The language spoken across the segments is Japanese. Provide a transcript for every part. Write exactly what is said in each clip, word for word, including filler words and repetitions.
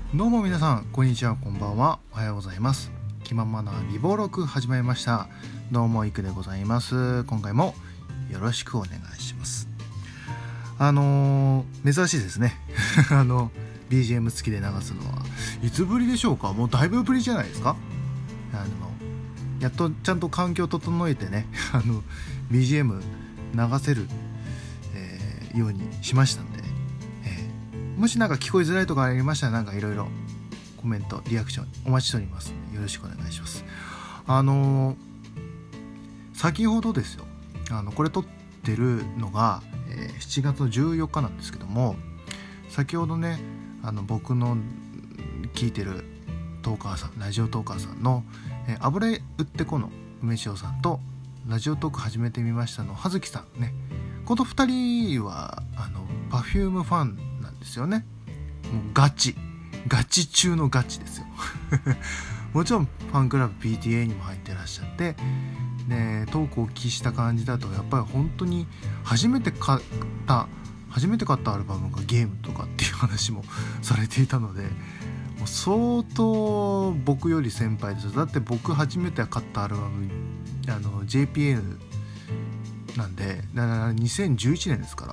どうも皆さん、こんにちは、こんばんは、おはようございます。気ままな美貌録始まりました。どうもいくでございます。今回もよろしくお願いします。あのー、珍しいですねあの ビージーエム 付きで流すのはいつぶりでしょうか。もうだいぶぶりじゃないですか。あのやっとちゃんと環境を整えてねあの ビージーエム 流せる、えー、ようにしましたんで、もしなんか聞こえづらいとかありましたら、なんかいろいろコメントリアクションお待ちしております。よろしくお願いします。あのー、先ほどですよ、あのこれ撮ってるのが、えー、しちがつのじゅうよっかなんですけども、先ほどね、あの僕の聞いてるトーカーさん、ラジオトーカーさんの、えー、油売ってこの梅塩さんとラジオトーク始めてみましたの葉月さんね、このふたりはあの Perfume ファンですよね。もうガチガチ中のガチですよもちろんファンクラブ ピーティーエー にも入ってらっしゃって、でトークをお聞きした感じだと、やっぱり本当に初めて買った初めて買ったアルバムがゲームとかっていう話もされていたので、もう相当僕より先輩です。だって僕初めて買ったアルバムあの ジェイピーエヌ なんで、だからにせんじゅういちねんですから、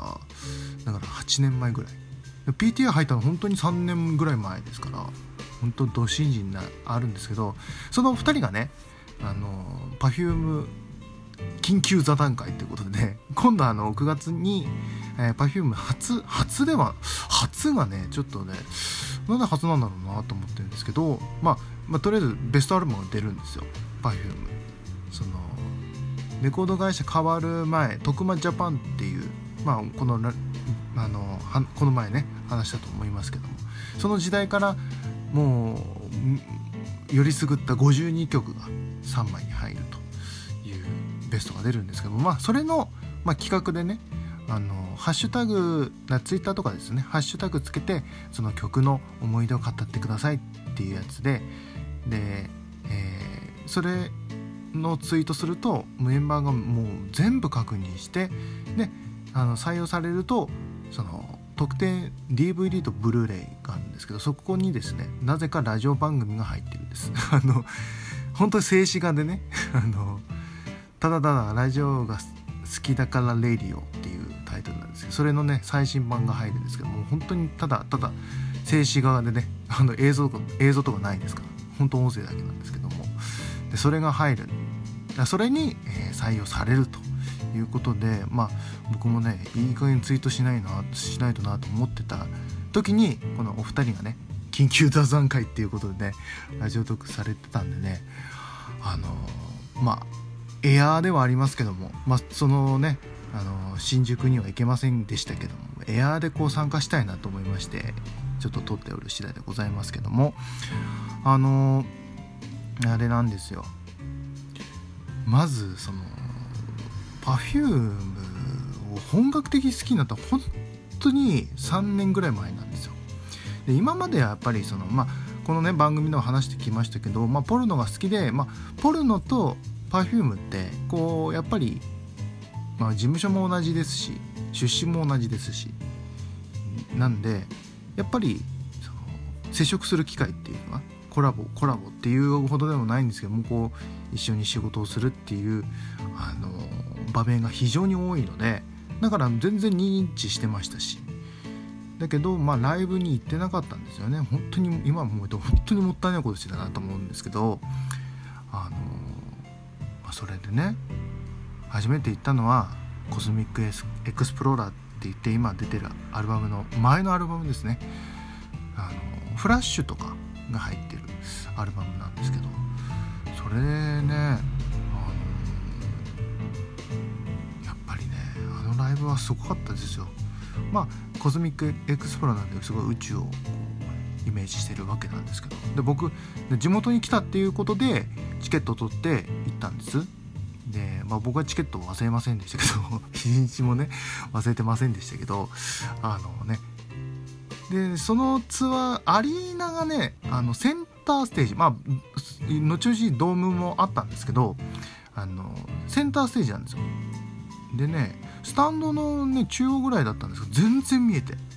だからはちねんまえぐらい。ピーティーエー 入ったの本当にさんねんぐらい前ですから、本当ド新人なあるんですけど、そのふたりがね、あの Perfume 緊急座談会ということでね、今度あのくがつに、えー、Perfume 初初では初がね、ちょっとね、なんで初なんだろうなと思ってるんですけど、まあ、まあとりあえずベストアルバムが出るんですよ。 Perfume そのレコード会社変わる前、徳間ジャパンっていう、まあこのあのこの前ね話したと思いますけども、その時代からもうよりすぐったごじゅうにきょくがさんまいに入るというベストが出るんですけども、まあそれの、まあ、企画でね、あのハッシュタグツイッターとかですね、ハッシュタグつけてその曲の思い出を語ってくださいっていうやつで、で、えー、それのツイートするとメンバーがもう全部確認して、であの採用されるとその特典 ディーブイディー とブルーレイがあるんですけど、そこにですね、なぜかラジオ番組が入ってるんですあの本当に静止画でねあのただただラジオが好きだからレディオっていうタイトルなんですけど、それのね最新版が入るんですけども、本当にただただ静止画でね、あの映像とか映像とかないですから、本当音声だけなんですけども、でそれが入る、それに、えー、採用されるということで、まあ僕もねいい加減ツイートしないなしないとなと思ってた時に、このお二人がね緊急座談会っていうことでねラジオトークされてたんでね、あのー、まあエアーではありますけども、まあそのねあのー、新宿には行けませんでしたけども、エアーでこう参加したいなと思いまして、ちょっと撮っておる次第でございますけども、あのー、あれなんですよ。まずそのPerfume を本格的に好きになったら本当にさんねんぐらい前なんですよ。で今まではやっぱりその、まあ、このね番組でも話してきましたけど、まあ、ポルノが好きで、まあ、ポルノと Perfume ってこうやっぱり、まあ、事務所も同じですし出身も同じですし、なんでやっぱりその接触する機会っていうのはコラボコラボっていうほどでもないんですけども、こう一緒に仕事をするっていうあの場面が非常に多いので、だから全然認知してましたし、だけどまあライブに行ってなかったんですよね。本当に今思うと本当にもったいないことしてたなと思うんですけど、あの、まあ、それでね初めて行ったのはコスミックエクスプローラーって言って今出てるアルバムの前のアルバムですね。あのフラッシュとかが入ってるアルバムなんですけど、それね、あのやっぱりねあのライブはすごかったですよ。まあコスミックエクスプローラーなんですごい宇宙をこうイメージしてるわけなんですけど、で僕地元に来たっていうことでチケットを取って行ったんです。で、まあ、僕はチケットを忘れませんでしたけど日にちもね忘れてませんでしたけど、あのねでそのツアーアリーナがね、あのセンターステージ、まあ後々ドームもあったんですけど、あのセンターステージなんですよ。でねスタンドのね中央ぐらいだったんですけど全然見えて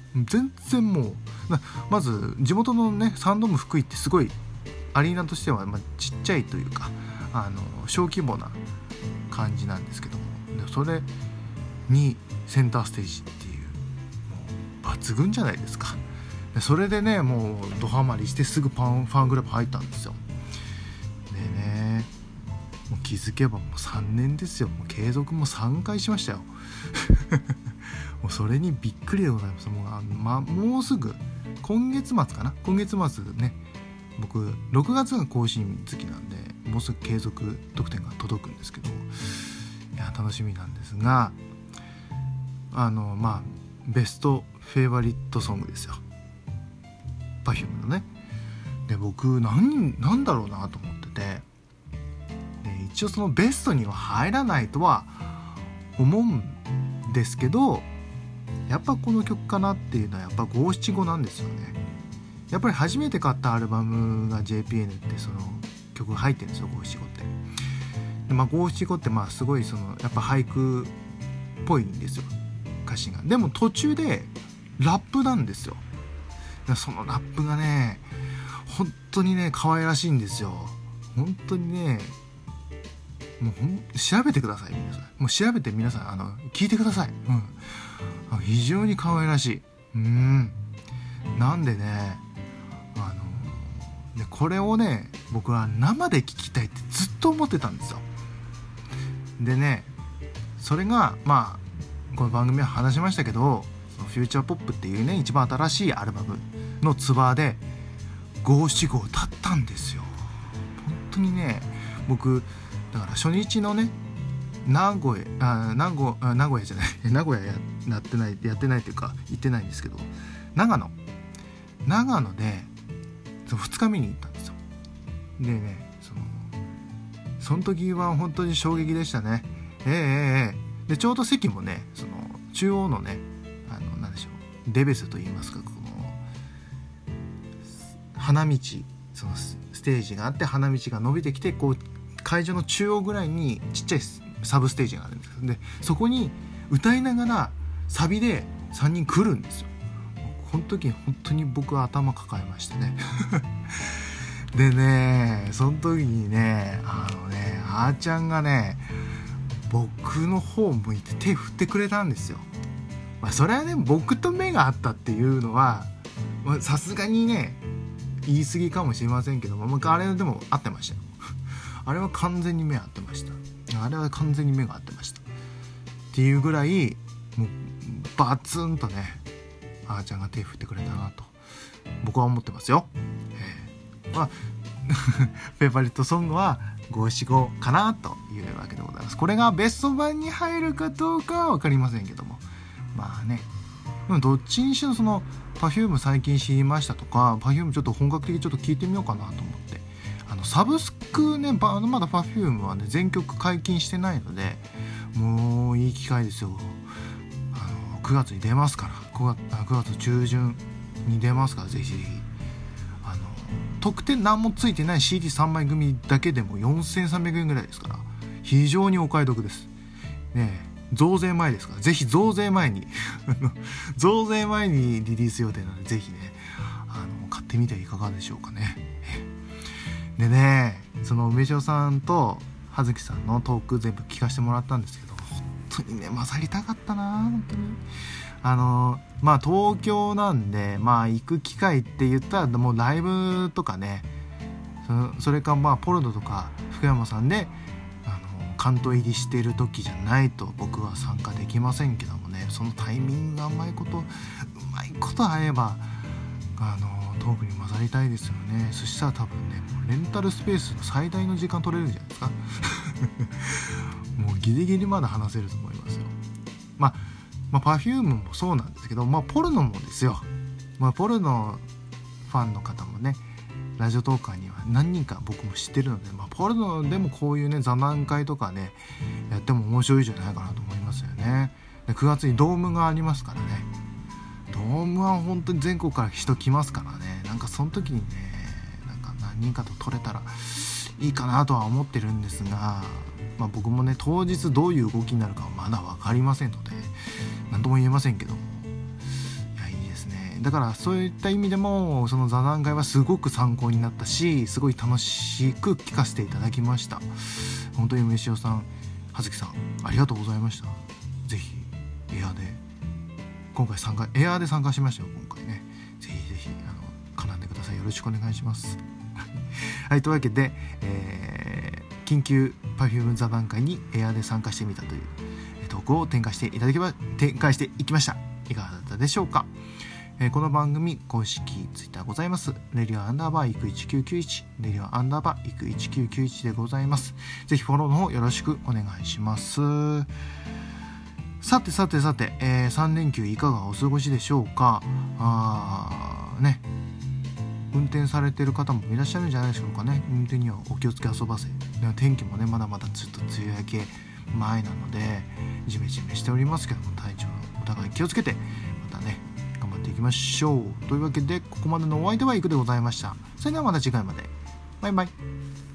全然もうまず地元のねサンドーム福井ってすごいアリーナとしてはまあちっちゃいというかあの小規模な感じなんですけども、それにセンターステージっていうもう抜群じゃないですか。それでねもうドハマりしてすぐパンファンクラブ入ったんですよ。でねもう気づけばもうさんねんですよ。もう継続もさんかいしましたよもうそれにびっくりでございます。もう、あ、ま、もうすぐ今月末かな今月末ね僕ろくがつが更新月なんでもうすぐ継続特典が届くんですけど、いや楽しみなんですが、あのまあベストフェイバリットソングですよ、Perfume のね。で僕何なんだろうなと思ってて、で一応そのベストには入らないとは思うんですけど、やっぱこの曲かなっていうのはやっぱごーななごなんですよね。やっぱり初めて買ったアルバムが ジェーピーエヌ ってその曲が入ってるんですよ、ごーななごって。でまあごーななごってまあすごいそのやっぱ俳句っぽいんですよ歌詞が。でも途中でラップなんですよ。そのラップがね本当にね可愛らしいんですよ。本当にねもうほん調べてください皆さん。もう調べて皆さんあの聞いてください。うん、非常に可愛らしい。うんなんでねあのでこれをね僕は生で聞きたいってずっと思ってたんですよ。でねそれがまあこの番組は話しましたけど、フューチャーポップっていうね一番新しいアルバムのツアーでごーななご歌ったんですよ。本当にね僕だから初日のね名古屋あ名古あ名古屋じゃない名古屋ややってないやってないというか行ってないんですけど、長野長野でふつかめに行ったんですよ。でねそのその時は本当に衝撃でしたね。ええええでちょうど席もねその中央のねあのなんでしょうレベスといいますか、この花道そのステージがあって花道が伸びてきてこう会場の中央ぐらいにちっちゃいサブステージがあるんですけど、でそこに歌いながらサビでさんにん来るんですよ。この時本当に僕は頭抱えましたねでねその時にねあのねあーちゃんがね僕の方を向いて手振ってくれたんですよ。まあそれはね僕と目が合ったっていうのはさすがにね言い過ぎかもしれませんけども、あれでも合ってましたよあれは完全に目合ってました。あれは完全に目が合ってましたっていうぐらいもうバツンとねあーちゃんが手振ってくれたなと僕は思ってますよ。えー、まあフェイバリットソングはごーななごかなというわけでございます。これがベスト版に入るかどうかは分かりませんけども、まあねでもどっちにしろその Perfume 最近知りましたとか Perfume ちょっと本格的にちょっと聞いてみようかなと思ってあのサブスクねまだ Perfume はね全曲解禁してないのでもういい機会ですよ。あのくがつに出ますからくがつ、くがつ中旬に出ますからぜひぜひあの特典何もついてない シーディーさん 枚組だけでもよんせんさんびゃくえんぐらいですから非常にお買い得ですね。え増税前ですからぜひ増税前に増税前にリリース予定なのでぜひねあの買ってみてはいかがでしょうかね。でねその梅塩さんと葉月さんのトーク全部聞かせてもらったんですけど本当にね混ざりたかったな本当に。あのまあ東京なんでまあ行く機会って言ったらもうライブとかね そ, それかまあポルノとか福山さんであの関東入りしている時じゃないと僕は参加できませんけどもね、そのタイミングがうまいことうまいこと合えばあのトークに混ざりたいですよね。そしたら多分ねもうレンタルスペースの最大の時間取れるんじゃないですかもうギリギリまで話せると思いますよ。まあまあ、Perfume もそうなんですけど、まあ、ポルノもですよ、まあ、ポルノファンの方もねラジオトーカーには何人か僕も知ってるので、まあ、ポルノでもこういうね座談会とかねやっても面白いんじゃないかなと思いますよね。でくがつにドームがありますからね、ドームは本当に全国から人来ますからね、なんかその時にねなんか何人かと撮れたらいいかなとは思ってるんですが、まあ、僕もね当日どういう動きになるかはまだ分かりませんので何とも言えませんけども、いやいいですだからそういった意味でもその座談会はすごく参考になったし、すごい楽しく聞かせていただきました。本当に梅塩さん、葉月さん、ありがとうございました。ぜひエアで今回参加エアで参加しましたよ今回ね。ぜひぜひあの絡んでください。よろしくお願いしますはい、というわけで、えー、緊急 Perfume 座談会にエアで参加してみたというトークを展開していただけば展開していきました。いかがだったでしょうか。えー、この番組公式ツイッターございます。レディオアンダーバーイクいちきゅうきゅういち、レディオアンダーバーイクいちきゅうきゅういちでございます。ぜひフォローの方よろしくお願いします。さてさてさて、えー、さん連休いかがお過ごしでしょうか。あーね、運転されてる方もいらっしゃるんじゃないでしょうかね。運転にはお気をつけ遊ばせ。天気もねまだまだずっと梅雨明け前なのでジメジメしておりますけども、体調お互い気をつけてまたね頑張っていきましょう。というわけでここまでのお相手はいくでございました。それではまた次回まで。バイバイ。